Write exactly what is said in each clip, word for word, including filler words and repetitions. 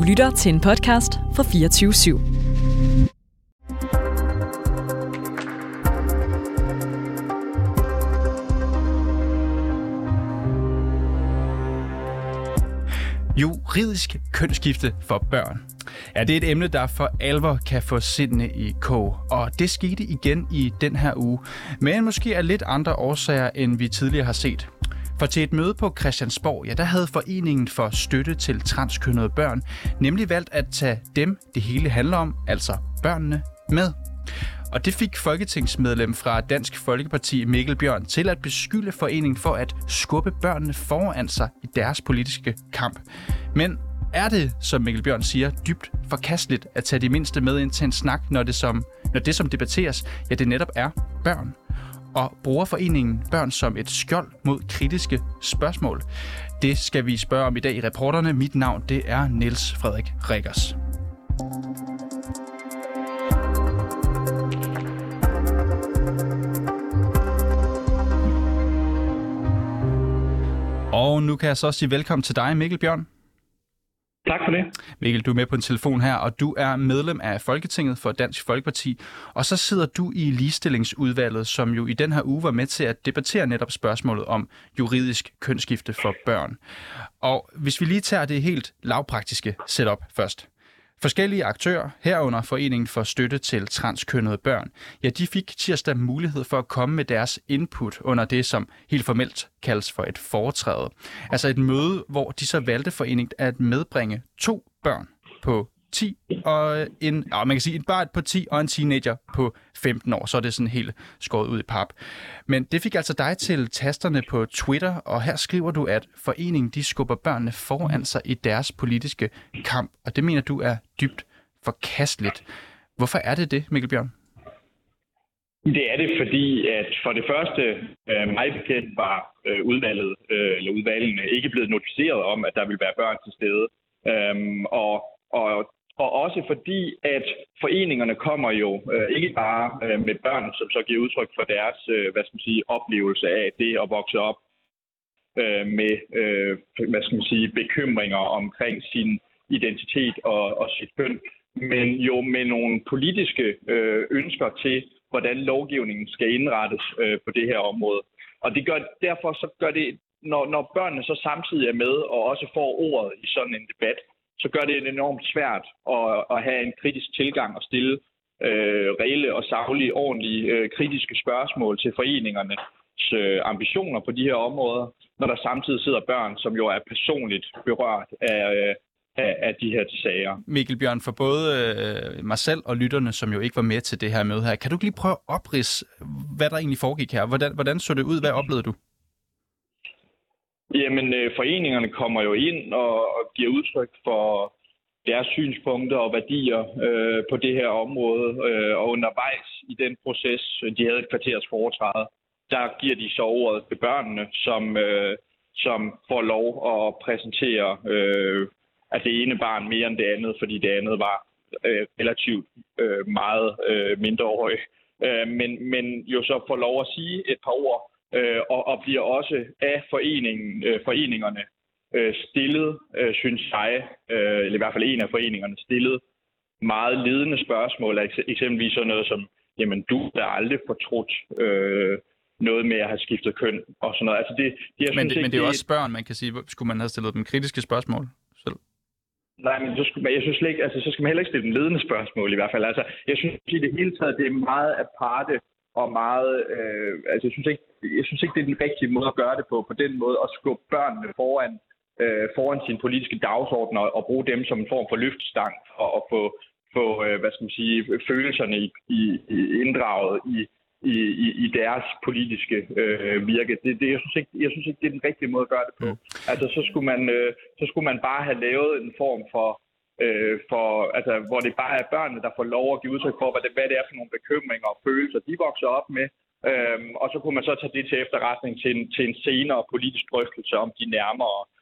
lytter til en podcast fra fireogtyve syv. Juridisk kønsskifte for børn. Ja, det er et emne, der for alvor kan få sindene i kog. Og det skete igen i den her uge. Men måske af lidt andre årsager, end vi tidligere har set. For til et møde på Christiansborg, ja, der havde Foreningen for Støtte til Transkønnede Børn nemlig valgt at tage dem, det hele handler om, altså børnene, med. Og det fik folketingsmedlem fra Dansk Folkeparti Mikkel Bjørn til at beskylde foreningen for at skubbe børnene foran sig i deres politiske kamp. Men er det, som Mikkel Bjørn siger, dybt forkasteligt at tage de mindste med ind til en snak, når det som, når det, som debatteres, ja, det netop er børn? Og bruger foreningen børn som et skjold mod kritiske spørgsmål? Det skal vi spørge om i dag i Reporterne. Mit navn, det er Niels Frederik Rikkers. Og nu kan jeg så sige velkommen til dig, Mikkel Bjørn. Tak for det. Mikkel, du er med på en telefon her, og du er medlem af Folketinget for Dansk Folkeparti. Og så sidder du i ligestillingsudvalget, som jo i den her uge var med til at debattere netop spørgsmålet om juridisk kønsskifte for børn. Og hvis vi lige tager det helt lavpraktiske setup først. Forskellige aktører, herunder Foreningen for Støtte til Transkønnede Børn, ja, de fik tirsdag mulighed for at komme med deres input under det, som helt formelt kaldes for et foretræde. Altså et møde, hvor de så valgte foreningen at medbringe to børn på ti og en, ja, man kan sige et barn på ti og en teenager på femten år, så er det sådan helt skåret ud i pap. Men det fik altså dig til tasterne på Twitter, og her skriver du, at foreningen de skubber børnene foran sig i deres politiske kamp, og det mener du er dybt forkasteligt. Hvorfor er det det, Mikkel Bjørn? Det er det, fordi at for det første, øh, mig bekendt var øh, udvalget, øh, eller udvalgene ikke blevet notificeret om, at der ville være børn til stede. Øhm, og, og Og også fordi, at foreningerne kommer jo øh, ikke bare øh, med børn, som så giver udtryk for deres øh, hvad skal man sige, oplevelse af det at vokse op øh, med øh, hvad skal man sige, bekymringer omkring sin identitet og, og sit køn, men jo med nogle politiske øh, ønsker til, hvordan lovgivningen skal indrettes øh, på det her område. Og det gør, derfor så gør det, når, når børnene så samtidig er med og også får ordet i sådan en debat, så gør det enormt svært at, at have en kritisk tilgang og stille øh, reelle og saglige, ordentlige, øh, kritiske spørgsmål til foreningernes øh, ambitioner på de her områder, når der samtidig sidder børn, som jo er personligt berørt af, øh, af, af de her sager. Mikkel Bjørn, for både øh, mig selv og lytterne, som jo ikke var med til det her møde her, kan du ikke lige prøve at opridse, hvad der egentlig foregik her? Hvordan, hvordan så det ud? Hvad oplevede du? Jamen, øh, foreningerne kommer jo ind og, og giver udtryk for deres synspunkter og værdier øh, på det her område. Øh, og undervejs i den proces, de havde et kvarters foretræde, der giver de så ordet til børnene, som, øh, som får lov at præsentere øh, at det ene barn mere end det andet, fordi det andet var øh, relativt øh, meget øh, mindreårig. Øh, men, men jo så får lov at sige et par ord, Øh, og, og bliver også af foreningen, øh, foreningerne øh, stillet, øh, synes jeg, øh, eller i hvert fald en af foreningerne stillet meget ledende spørgsmål, altså eksempelvis sådan noget som, jamen du er aldrig fortrudt øh, noget med at have skiftet køn og sådan noget. Altså det, det, jeg men, synes det, ikke, men det er jo også børn, man kan sige, skulle man have stillet dem kritiske spørgsmål selv? Nej, men så skulle, jeg synes ikke, altså så skal man heller ikke stille dem ledende spørgsmål i hvert fald. Altså jeg synes i det hele taget, det er meget aparte og meget, øh, altså jeg synes ikke, jeg synes ikke, det er den rigtige måde at gøre det på, på den måde at skubbe børnene foran, øh, foran sin politiske dagsorden og, og bruge dem som en form for løftestang og at få, få øh, hvad skal man sige, følelserne i, i, i inddraget i, i, i, i deres politiske øh, virke. Det, det, jeg, synes ikke, jeg synes ikke, det er den rigtige måde at gøre det på. Mm. Altså så skulle man, øh, så skulle man bare have lavet en form for Øh, for, altså, hvor det bare er børnene, der får lov at give udtryk for, hvad det, hvad det er for nogle bekymringer og følelser, de vokser op med. Øhm, og så kunne man så tage det til efterretning til en, til en senere politisk drøftelse om de nærmere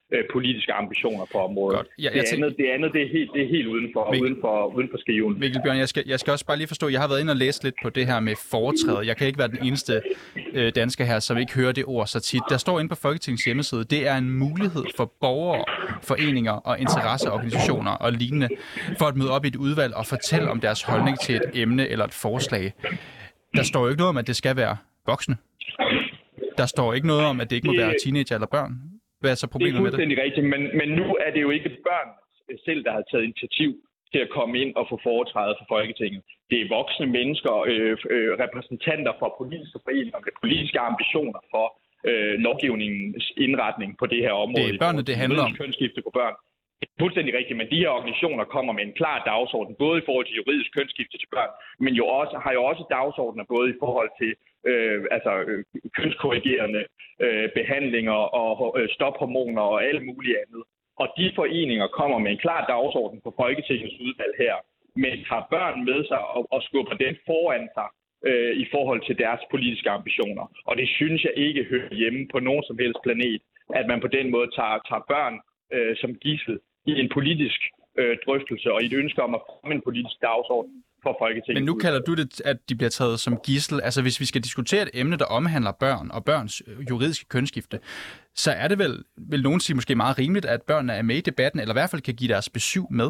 øh, politiske ambitioner på området. Godt. Ja, jeg det, tænker... andet, det andet, det er helt, det er helt uden for, Mikkel... uden for, uden for skiven. Mikkel Bjørn, jeg skal, jeg skal også bare lige forstå, jeg har været inde og læst lidt på det her med foretræde. Jeg kan ikke være den eneste øh, dansker her, som ikke hører det ord så tit. Der står inde på Folketingets hjemmeside, det er en mulighed for borgere, foreninger og interesseorganisationer og lignende, for at møde op i et udvalg og fortælle om deres holdning til et emne eller et forslag. Der står jo ikke noget om, at det skal være voksne. Der står ikke noget om, at det ikke må være teenager eller børn. Hvad er så problemet med det? Det er fuldstændig rigtigt, men, men nu er det jo ikke børn selv, der har taget initiativ til at komme ind og få foretræde for Folketinget. Det er voksne mennesker, øh, øh, repræsentanter for politiske foreninger, med politiske ambitioner for øh, lovgivningens indretning på det her område. Det er børnene, det handler om. Kønsskifte på børn. Det er fuldstændig rigtigt, men de her organisationer kommer med en klar dagsorden, både i forhold til juridisk kønsskifte til børn, men jo også, har jo også dagsordner både i forhold til øh, altså, øh, kønskorrigerende øh, behandlinger og øh, stophormoner og alt muligt andet. Og de foreninger kommer med en klar dagsorden på Folketingets udvalg her, men tager børn med sig og, og skubber den foran sig øh, i forhold til deres politiske ambitioner. Og det synes jeg ikke hører hjemme på nogen som helst planet, at man på den måde tager, tager børn øh, som gidsel i en politisk øh, drøftelse og i et ønske om at fremme en politisk dagsorden for Folketinget. Men nu kalder du det, at de bliver taget som gidsel. Altså hvis vi skal diskutere et emne, der omhandler børn og børns juridiske kønsskifte, så er det vel, vil nogen sige måske meget rimeligt, at børnene er med i debatten, eller i hvert fald kan give deres besyv med?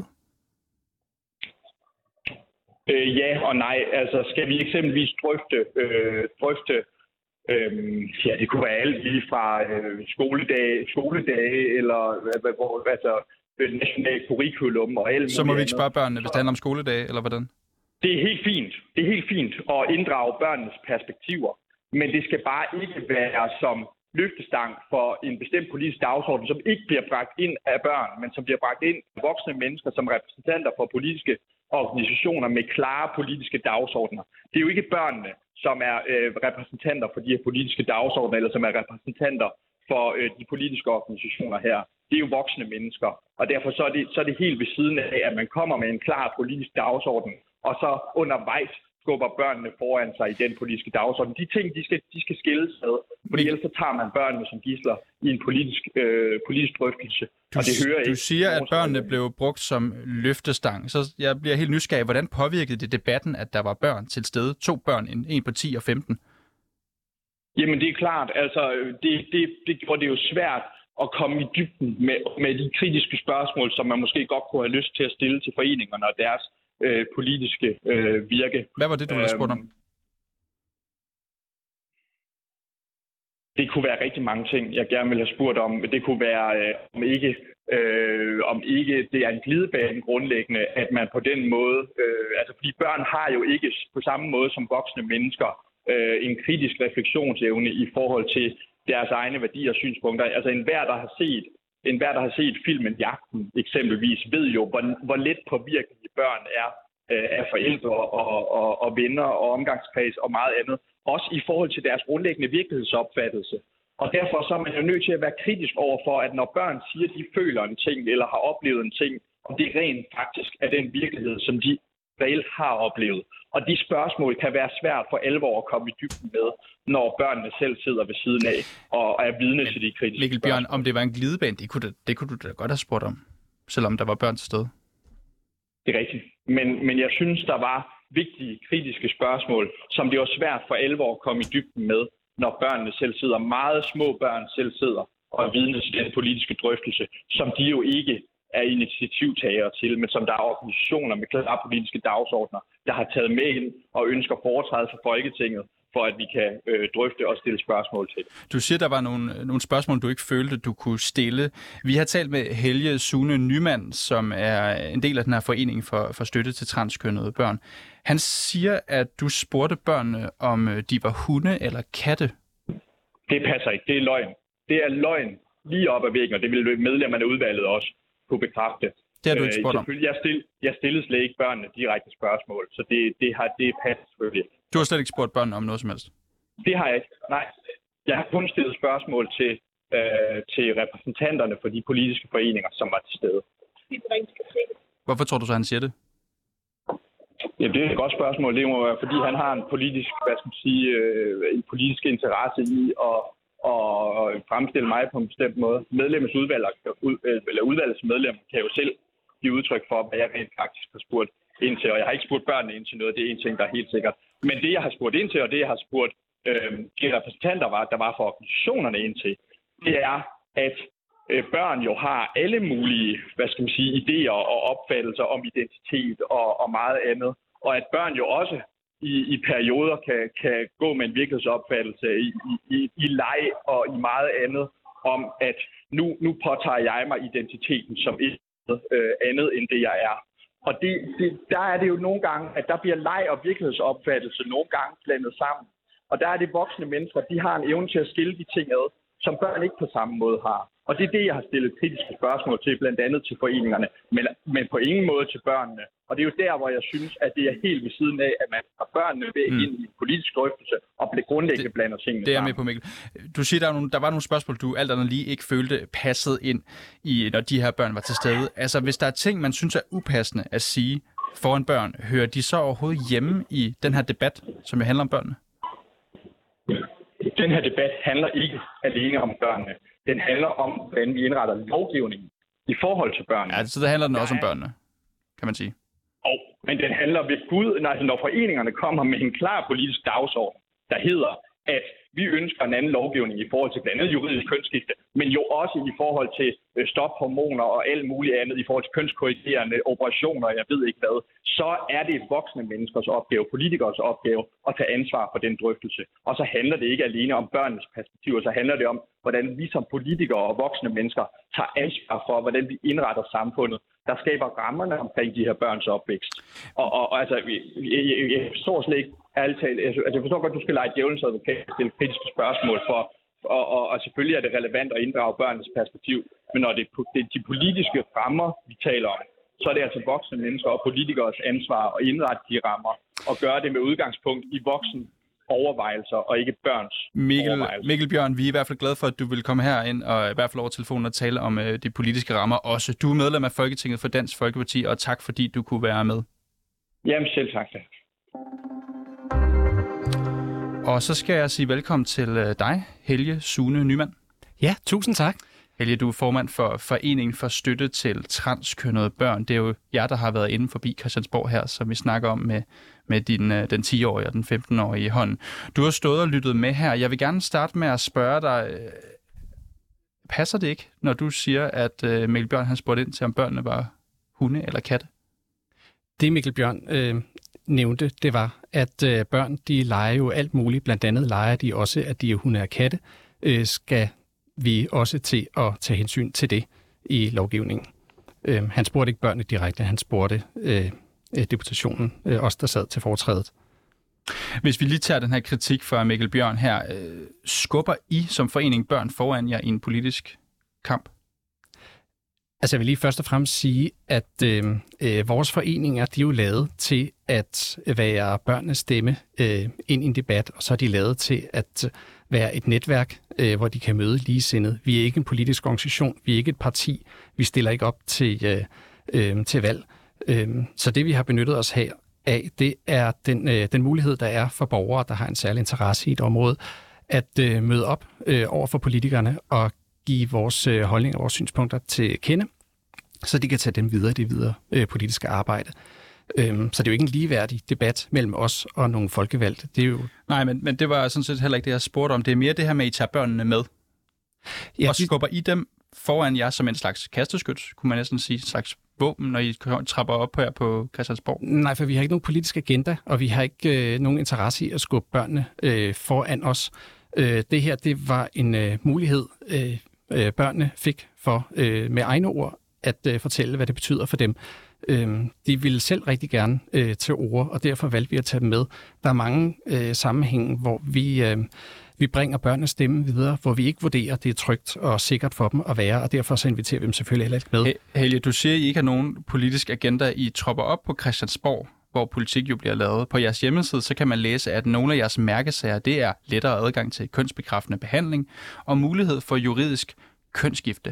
Øh, ja og nej. Altså skal vi eksempelvis drøfte, øh, drøfte øh, ja, det kunne være alt lige fra øh, skoledage, skoledage eller hvor, altså national curriculum og alt. Så må vi ikke spørge børnene, hvis det handler om skoledage, eller hvordan? Det er helt fint. Det er helt fint at inddrage børnenes perspektiver, men det skal bare ikke være som løftestang for en bestemt politisk dagsorden, som ikke bliver bragt ind af børn, men som bliver bragt ind af voksne mennesker som repræsentanter for politiske organisationer med klare politiske dagsordner. Det er jo ikke børnene, som er øh, repræsentanter for de her politiske dagsordner, eller som er repræsentanter for øh, de politiske organisationer her. Det er jo voksne mennesker, og derfor så er, det, så er det helt ved siden af, at man kommer med en klar politisk dagsorden, og så undervejs skubber børnene foran sig i den politiske dagsorden. De ting, de skal, de skal skilles ad, for ellers så tager man børnene som gidsler i en politisk, øh, politisk drøftelse. Du, og det hører du ikke. siger, at børnene blev brugt som løftestang, så jeg bliver helt nysgerrig. Hvordan påvirkede det debatten, at der var børn til stede? To børn, en, en på ti og femten? Jamen det er klart, altså det, det, det gjorde det jo svært at komme i dybden med, med de kritiske spørgsmål, som man måske godt kunne have lyst til at stille til foreningerne og deres øh, politiske øh, virke. Hvad var det, du ville have spurgt om? Det kunne være rigtig mange ting, jeg gerne ville have spurgt om. Det kunne være, øh, om, ikke, øh, om ikke det er en glidebane grundlæggende, at man på den måde... Øh, altså fordi børn har jo ikke på samme måde som voksne mennesker øh, en kritisk refleksionsevne i forhold til deres egne værdier og synspunkter. Altså enhver, der har set, enhver, der har set filmen Jagten eksempelvis, ved jo, hvor, hvor let påvirkelige børn er øh, af forældre og, og, og venner og omgangskreds og meget andet. Også i forhold til deres grundlæggende virkelighedsopfattelse. Og derfor så er man jo nødt til at være kritisk over for, at når børn siger, at de føler en ting eller har oplevet en ting, og det rent faktisk er den virkelighed, som de reelt har oplevet. Og de spørgsmål kan være svært for alvor at komme i dybden med, når børnene selv sidder ved siden af og er vidne til de kritiske Mikkel Bjørn, om det var en glidebane, det kunne, det kunne du da godt have spurgt om, selvom der var børn til stede. Det er rigtigt. Men, men jeg synes, der var vigtige, kritiske spørgsmål, som det var svært for alvor at komme i dybden med, når børnene selv sidder, meget små børn selv sidder og er vidne til den politiske drøftelse, som de jo ikke er initiativtagere til, men som der er organisationer med klare politiske dagsordner, der har taget med ind og ønsker foretræde for Folketinget, for at vi kan øh, drøfte og stille spørgsmål til. Du siger, der var nogle, nogle spørgsmål, du ikke følte, du kunne stille. Vi har talt med Helge Sune Nyman, som er en del af den her forening for, for støtte til transkønnede børn. Han siger, at du spurgte børnene, om de var hunde eller katte. Det passer ikke. Det er løgn. Det er løgn lige op ad væggen, og det vil medlemmerne af udvalget også kunne bekræfte. Det har du ikke spurgt om. Jeg, stil, jeg stillede slet ikke børnene direkte spørgsmål, så det, det, har, det passer selvfølgelig ikke. Du har slet ikke spurgt børnene om noget som helst? Det har jeg ikke. Nej. Jeg har kun stillet spørgsmål til, øh, til repræsentanterne for de politiske foreninger, som var til stede. Hvorfor tror du så, han siger det? Ja, det er et godt spørgsmål. Det må være, fordi han har en politisk, hvad skal man sige, øh, en politisk interesse i at, og fremstille mig på en bestemt måde. Medlemmets udvalg, eller udvalgets medlem kan jo selv give udtryk for, hvad jeg rent faktisk har spurgt ind til. Og jeg har ikke spurgt børnene ind til noget, det er en ting, der er helt sikkert. Men det, jeg har spurgt ind til, og det, jeg har spurgt øh, de repræsentanter, var, der var for organisationerne ind til, det er, at øh, børn jo har alle mulige, hvad skal man sige, idéer og opfattelser om identitet og, og meget andet. Og at børn jo også i, i perioder kan, kan gå med en virkelighedsopfattelse i, i, i leg og i meget andet om, at nu, nu påtager jeg mig identiteten som et øh, andet end det, jeg er. Og det, det, der er det jo nogle gange, at der bliver leg og virkelighedsopfattelse nogle gange blandet sammen. Og der er det voksne mennesker, de har en evne til at skille de ting ad, som børn ikke på samme måde har. Og det er det, jeg har stillet kritiske spørgsmål til, blandt andet til foreningerne, men, men på ingen måde til børnene. Og det er jo der, hvor jeg synes, at det er helt ved siden af, at man har børnene ved mm. ind i en politisk drøftelse og bliver grundlæggende blander tingene. Det er jeg med på, Mikkel. Du siger, der, nogle, der var nogle spørgsmål, du alt andet lige ikke følte passede ind, i, når de her børn var til stede. Altså, hvis der er ting, man synes er upassende at sige foran børn, hører de så overhovedet hjemme i den her debat, som handler om børnene? Den her debat handler ikke alene om børnene. Den handler om, hvordan vi indretter lovgivningen i forhold til børnene. Ja, så det handler den også om børnene, kan man sige. Og, men den handler ved Gud, når, altså når foreningerne kommer med en klar politisk dagsorden, der hedder, at vi ønsker en anden lovgivning i forhold til blandt andet juridisk kønsskifte, men jo også i forhold til øh, stophormoner og alt muligt andet, i forhold til kønskorrigerende operationer, jeg ved ikke hvad, så er det voksne menneskers opgave, politikers opgave at tage ansvar for den drøftelse. Og så handler det ikke alene om børnenes perspektiver, så handler det om, hvordan vi som politikere og voksne mennesker tager ansvar for, hvordan vi indretter samfundet, der skaber rammerne omkring de her børns opvækst. Og, og, og altså, jeg, jeg, jeg forstår slet ikke, ærligt talt, altså, jeg forstår godt, at du skal lege djævelens advokat og stille kritiske spørgsmål for, og, og, og selvfølgelig er det relevant at inddrage børnenes perspektiv, men når det er de politiske rammer, vi taler om, så er det altså voksne mennesker og politikers ansvar at indrette de rammer og gøre det med udgangspunkt i voksen overvejelser og ikke børns Mikkel, overvejelser. Mikkel Bjørn, vi er i hvert fald glade for, at du vil komme herind og i hvert fald over telefonen og tale om øh, de politiske rammer også. Du er medlem af Folketinget for Dansk Folkeparti, og tak fordi du kunne være med. Jamen selv tak. Da. Og så skal jeg sige velkommen til øh, dig, Helge Sune Nyman. Ja, tusind tak. Helge, du er formand for Foreningen for Støtte til Transkønnede Børn. Det er jo jer, der har været inde forbi Christiansborg her, som vi snakker om med, med din, den ti-årige og den femten-årige i hånden. Du har stået og lyttet med her. Jeg vil gerne starte med at spørge dig, passer det ikke, når du siger, at Mikkel Bjørn har spurgt ind til, om børnene var hunde eller katte? Det Mikkel Bjørn øh, nævnte, det var, at øh, børn, de leger jo alt muligt. Blandt andet leger de også, at de er hunde og katte. Øh, skal vi også til at tage hensyn til det i lovgivningen. Øh, han spurgte ikke børnene direkte, han spurgte øh, deputationen, øh, os der sad til foretrædet. Hvis vi lige tager den her kritik fra Mikkel Bjørn her, øh, skubber I som forening børn foran jer i en politisk kamp? Altså jeg vil lige først og fremmest sige, at øh, øh, vores foreninger, de er jo lavet til at være børnenes stemme øh, ind i en debat, og så er de lavet til at være et netværk, øh, hvor de kan møde ligesindede. Vi er ikke en politisk organisation, vi er ikke et parti, vi stiller ikke op til, øh, øh, til valg. Øh, så det vi har benyttet os her af, det er den, øh, den mulighed, der er for borgere, der har en særlig interesse i et område, at øh, møde op øh, over for politikerne og give vores øh, holdninger og vores synspunkter til kende, så de kan tage dem videre i det videre øh, politiske arbejde. Øhm, så det er jo ikke en ligeværdig debat mellem os og nogle folkevalgte. Det er jo... Nej, men, men det var sådan set heller ikke det, jeg spurgte om. Det er mere det her med, at I tager børnene med. Ja, og skubber I dem foran jer som en slags kasteskyt, kunne man næsten sige, en slags våben, når I trapper op her på Christiansborg? Nej, for vi har ikke nogen politisk agenda, og vi har ikke øh, nogen interesse i at skubbe børnene øh, foran os. Øh, det her, det var en øh, mulighed, øh, øh, børnene fik for øh, med egne ord at øh, fortælle, hvad det betyder for dem. Øh, de ville selv rigtig gerne øh, til ord, og derfor valgte vi at tage dem med. Der er mange øh, sammenhænge, hvor vi, øh, vi bringer børnenes stemme videre, hvor vi ikke vurderer, at det er trygt og sikkert for dem at være, og derfor så inviterer vi dem selvfølgelig heller ikke med. Helge, du siger, at I ikke har nogen politisk agenda. I tropper op på Christiansborg, hvor politik jo bliver lavet. På jeres hjemmeside, så kan man læse, at nogle af jeres mærkesager, det er lettere adgang til kønsbekræftende behandling og mulighed for juridisk kønsskifte.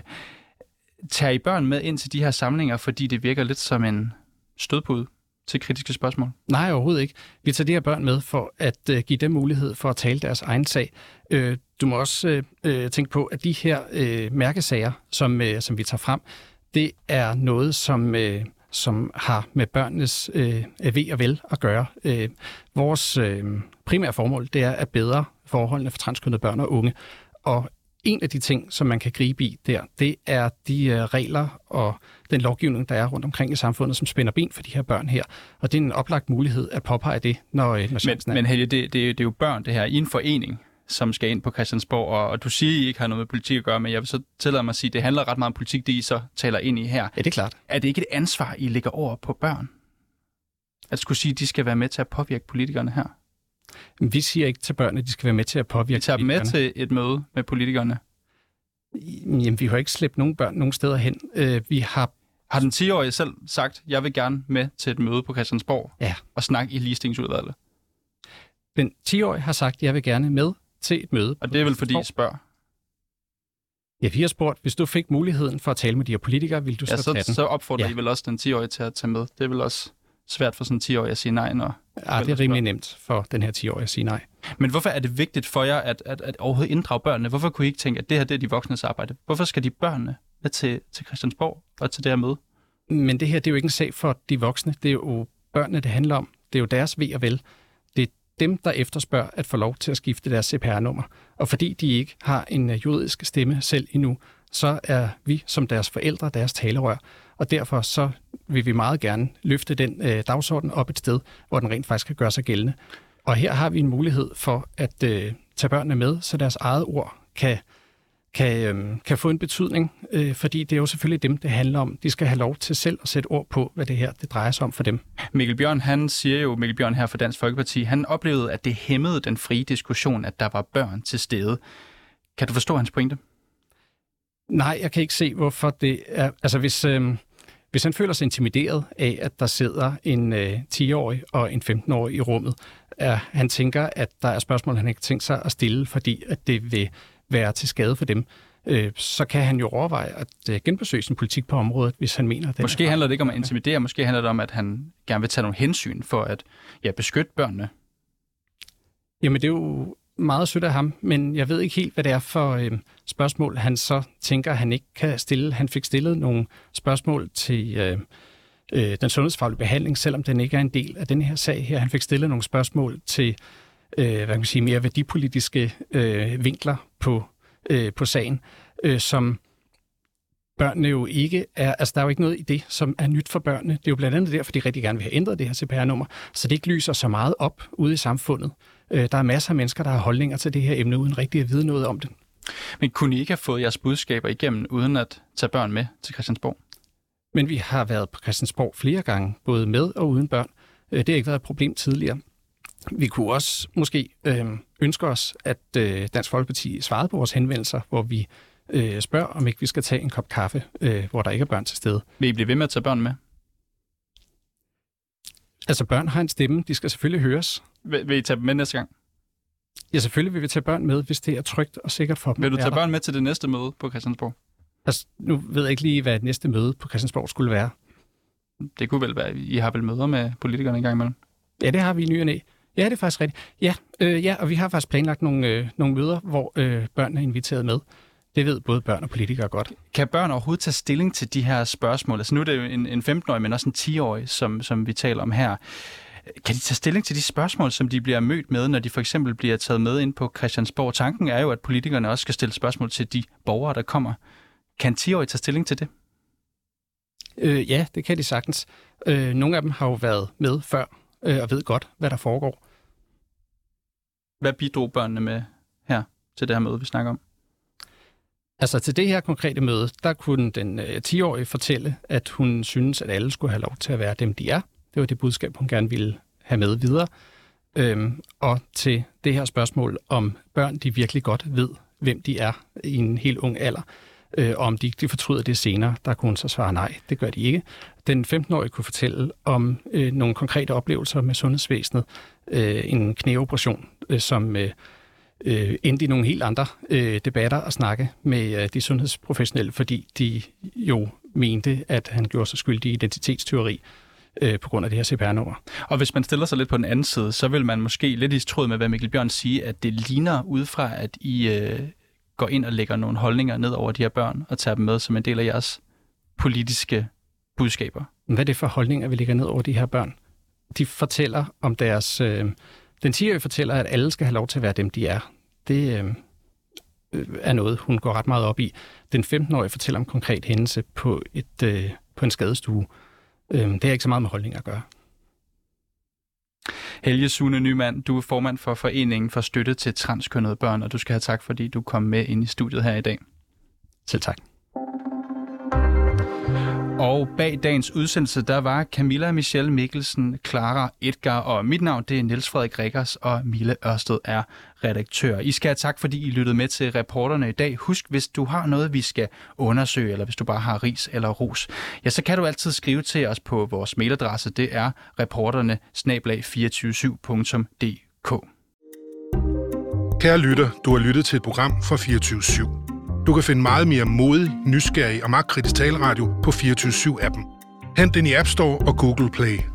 Tager I børn med ind til de her samlinger, fordi det virker lidt som en stødpude til kritiske spørgsmål? Nej, overhovedet ikke. Vi tager de her børn med for at uh, give dem mulighed for at tale deres egen sag. Uh, du må også øh, tænke på, at de her øh, mærkesager, som, øh, som vi tager frem, det er noget, som, øh, som har med børnenes øh, ved og vel at gøre. Øh, vores øh, primære formål, det er at bedre forholdene for transkønnede børn og unge. Og en af de ting, som man kan gribe i der, det er de øh, regler og den lovgivning, der er rundt omkring i samfundet, som spænder ben for de her børn her. Og det er en oplagt mulighed at påpege det, når, når chancen er. Men, men Helge, det, det, det er jo børn, det her, i en forening, som skal ind på Christiansborg, og, og du siger, I ikke har noget med politik at gøre, men jeg vil så tillade mig at sige, at det handler ret meget om politik, det I så taler ind i her. Ja, det er klart. Er det ikke et ansvar, I lægger over på børn? At skulle sige, at de skal være med til at påvirke politikerne her? Vi siger ikke til børnene, at de skal være med til at påvirke Vi tager dem med til et møde med politikerne. Jamen, vi har ikke slæbt nogen børn nogen steder hen. Øh, vi har... Har den ti-årige selv sagt, jeg vil gerne med til et møde på Christiansborg ja. og snakke i ligestillingsudvalget? Den ti-årige har sagt, jeg vil gerne med til et møde. Og det er vel fordi, I spørger? Ja, vi har spurgt, hvis du fik muligheden for at tale med de her politikere, ville du ja, så, så tage den? så opfordrer ja. I vel også den ti-årige til at tage med. Det er vel også svært for sådan en ti-årig at sige nej, når... Ja, det er rimelig nemt for den her ti-årige at sige nej. Men hvorfor er det vigtigt for jer at, at, at overhovedet inddrage børnene? Hvorfor kunne I ikke tænke, at det her det er de voksnes arbejde? Hvorfor skal de børnene med til, til Christiansborg og til det her møde? Men det her, det er jo ikke en sag for de voksne. Det er jo børnene, det handler om. Det er jo deres ve og vel. Det er dem, der efterspørger at få lov til at skifte deres C P R-nummer. Og fordi de ikke har en juridisk stemme selv endnu, så er vi som deres forældre deres talerør. Og derfor så vil vi meget gerne løfte den øh, dagsorden op et sted, hvor den rent faktisk kan gøre sig gældende. Og her har vi en mulighed for at øh, tage børnene med, så deres eget ord kan, kan, øh, kan få en betydning, øh, fordi det er jo selvfølgelig dem, det handler om. De skal have lov til selv at sætte ord på, hvad det her det drejer sig om for dem. Mikkel Bjørn, han siger jo, Mikkel Bjørn her fra Dansk Folkeparti, han oplevede, at det hæmmede den frie diskussion, at der var børn til stede. Kan du forstå hans pointe? Nej, jeg kan ikke se, hvorfor det er... Altså, hvis, øh, hvis han føler sig intimideret af, at der sidder en øh, ti-årig og en femten-årig i rummet, er, han tænker, at der er spørgsmål, han ikke har tænkt sig at stille, fordi at det vil være til skade for dem, øh, så kan han jo overveje at øh, genbesøge sin politik på området, hvis han mener det. Måske handler det ikke om at intimidere, måske handler det om, at han gerne vil tage nogle hensyn for at ja, beskytte børnene. Jamen, det er jo meget sødt af ham, men jeg ved ikke helt, hvad det er for øh, spørgsmål, han så tænker, han ikke kan stille. Han fik stillet nogle spørgsmål til øh, øh, den sundhedsfaglige behandling, selvom den ikke er en del af den her sag her. Han fik stillet nogle spørgsmål til øh, hvad kan man sige, mere værdipolitiske øh, vinkler på, øh, på sagen, øh, som børnene jo ikke er, altså der er jo ikke noget i det, som er nyt for børnene. Det er jo blandt andet derfor, de rigtig gerne vil have ændret det her C P R-nummer, så det ikke lyser så meget op ude i samfundet. Der er masser af mennesker, der har holdninger til det her emne, uden rigtig at vide noget om det. Men kunne I ikke have fået jeres budskaber igennem, uden at tage børn med til Christiansborg? Men vi har været på Christiansborg flere gange, både med og uden børn. Det har ikke været et problem tidligere. Vi kunne også måske øh, ønske os, at øh, Dansk Folkeparti svarede på vores henvendelser, hvor vi øh, spørger, om ikke vi skal tage en kop kaffe, øh, hvor der ikke er børn til stede. Vil I blive ved med at tage børn med? Altså, børn har en stemme. De skal selvfølgelig høres. Vil, vil I tage dem med næste gang? Ja, selvfølgelig vil vi tage børn med, hvis det er trygt og sikkert for dem. Vil du tage børn med til det næste møde på Christiansborg? Altså, nu ved jeg ikke lige, hvad det næste møde på Christiansborg skulle være. Det kunne vel være, I har vel møder med politikerne en gang imellem? Ja, det har vi i ny og næ. Ja, det er faktisk rigtigt. Ja, øh, ja, og vi har faktisk planlagt nogle, øh, nogle møder, hvor øh, børnene er inviteret med. Det ved både børn og politikere godt. Kan børn overhovedet tage stilling til de her spørgsmål? Altså nu er det jo en, en femten-årig, men også en ti-årig, som, som vi taler om her. Kan de tage stilling til de spørgsmål, som de bliver mødt med, når de for eksempel bliver taget med ind på Christiansborg? Tanken er jo, at politikerne også skal stille spørgsmål til de borgere, der kommer. Kan en ti-årig tage stilling til det? Øh, ja, det kan de sagtens. Øh, nogle af dem har jo været med før, øh, og ved godt, hvad der foregår. Hvad bidrog børnene med her til det her møde, vi snakker om? Altså til det her konkrete møde, der kunne den øh, ti-årige fortælle, at hun synes, at alle skulle have lov til at være dem, de er. Det var det budskab, hun gerne ville have med videre. Øhm, og til det her spørgsmål, om børn de virkelig godt ved, hvem de er i en helt ung alder, øh, og om de, de fortryder det senere, der kunne hun så svare nej, det gør de ikke. Den femten-årige kunne fortælle om øh, nogle konkrete oplevelser med sundhedsvæsenet, øh, en knæoperation, øh, som øh, øh, endte i nogle helt andre øh, debatter at snakke med øh, de sundhedsprofessionelle, fordi de jo mente, at han gjorde sig skyldig i identitetstyveri. øh, på grund af det her C P R-nummer. Og hvis man stiller sig lidt på den anden side, så vil man måske lidt i tråd med, hvad Mikkel Bjørn siger, at det ligner udefra, at I øh, går ind og lægger nogle holdninger ned over de her børn og tager dem med som en del af jeres politiske budskaber. Hvad er det for holdninger, vi lægger ned over de her børn? De fortæller om deres... Øh, den ti-årige fortæller, at alle skal have lov til at være dem, de er. Det øh, er noget, hun går ret meget op i. Den femten-årige fortæller om en konkret hændelse på, et, øh, på en skadestue. Øh, det har ikke så meget med holdninger at gøre. Helge Sune Nyman, du er formand for Foreningen for Støtte til Transkønnede Børn, og du skal have tak, fordi du kom med ind i studiet her i dag. Selv tak. Og bag dagens udsendelse, der var Camilla Michelle Mikkelsen, Clara Edgar, og mit navn det er Niels Frederik Rikkers, og Mille Ørsted er redaktør. I skal have tak, fordi I lyttede med til reporterne i dag. Husk, hvis du har noget, vi skal undersøge, eller hvis du bare har ris eller ros, ja, så kan du altid skrive til os på vores mailadresse. Det er reporterne snabel-a to to syv punktum d k. Kære lytter, du har lyttet til et program fra fireogtyve syv. Du kan finde meget mere modig, nysgerrig og magtkritisk taleradio på fireogtyve syv appen. Hent den i App Store og Google Play.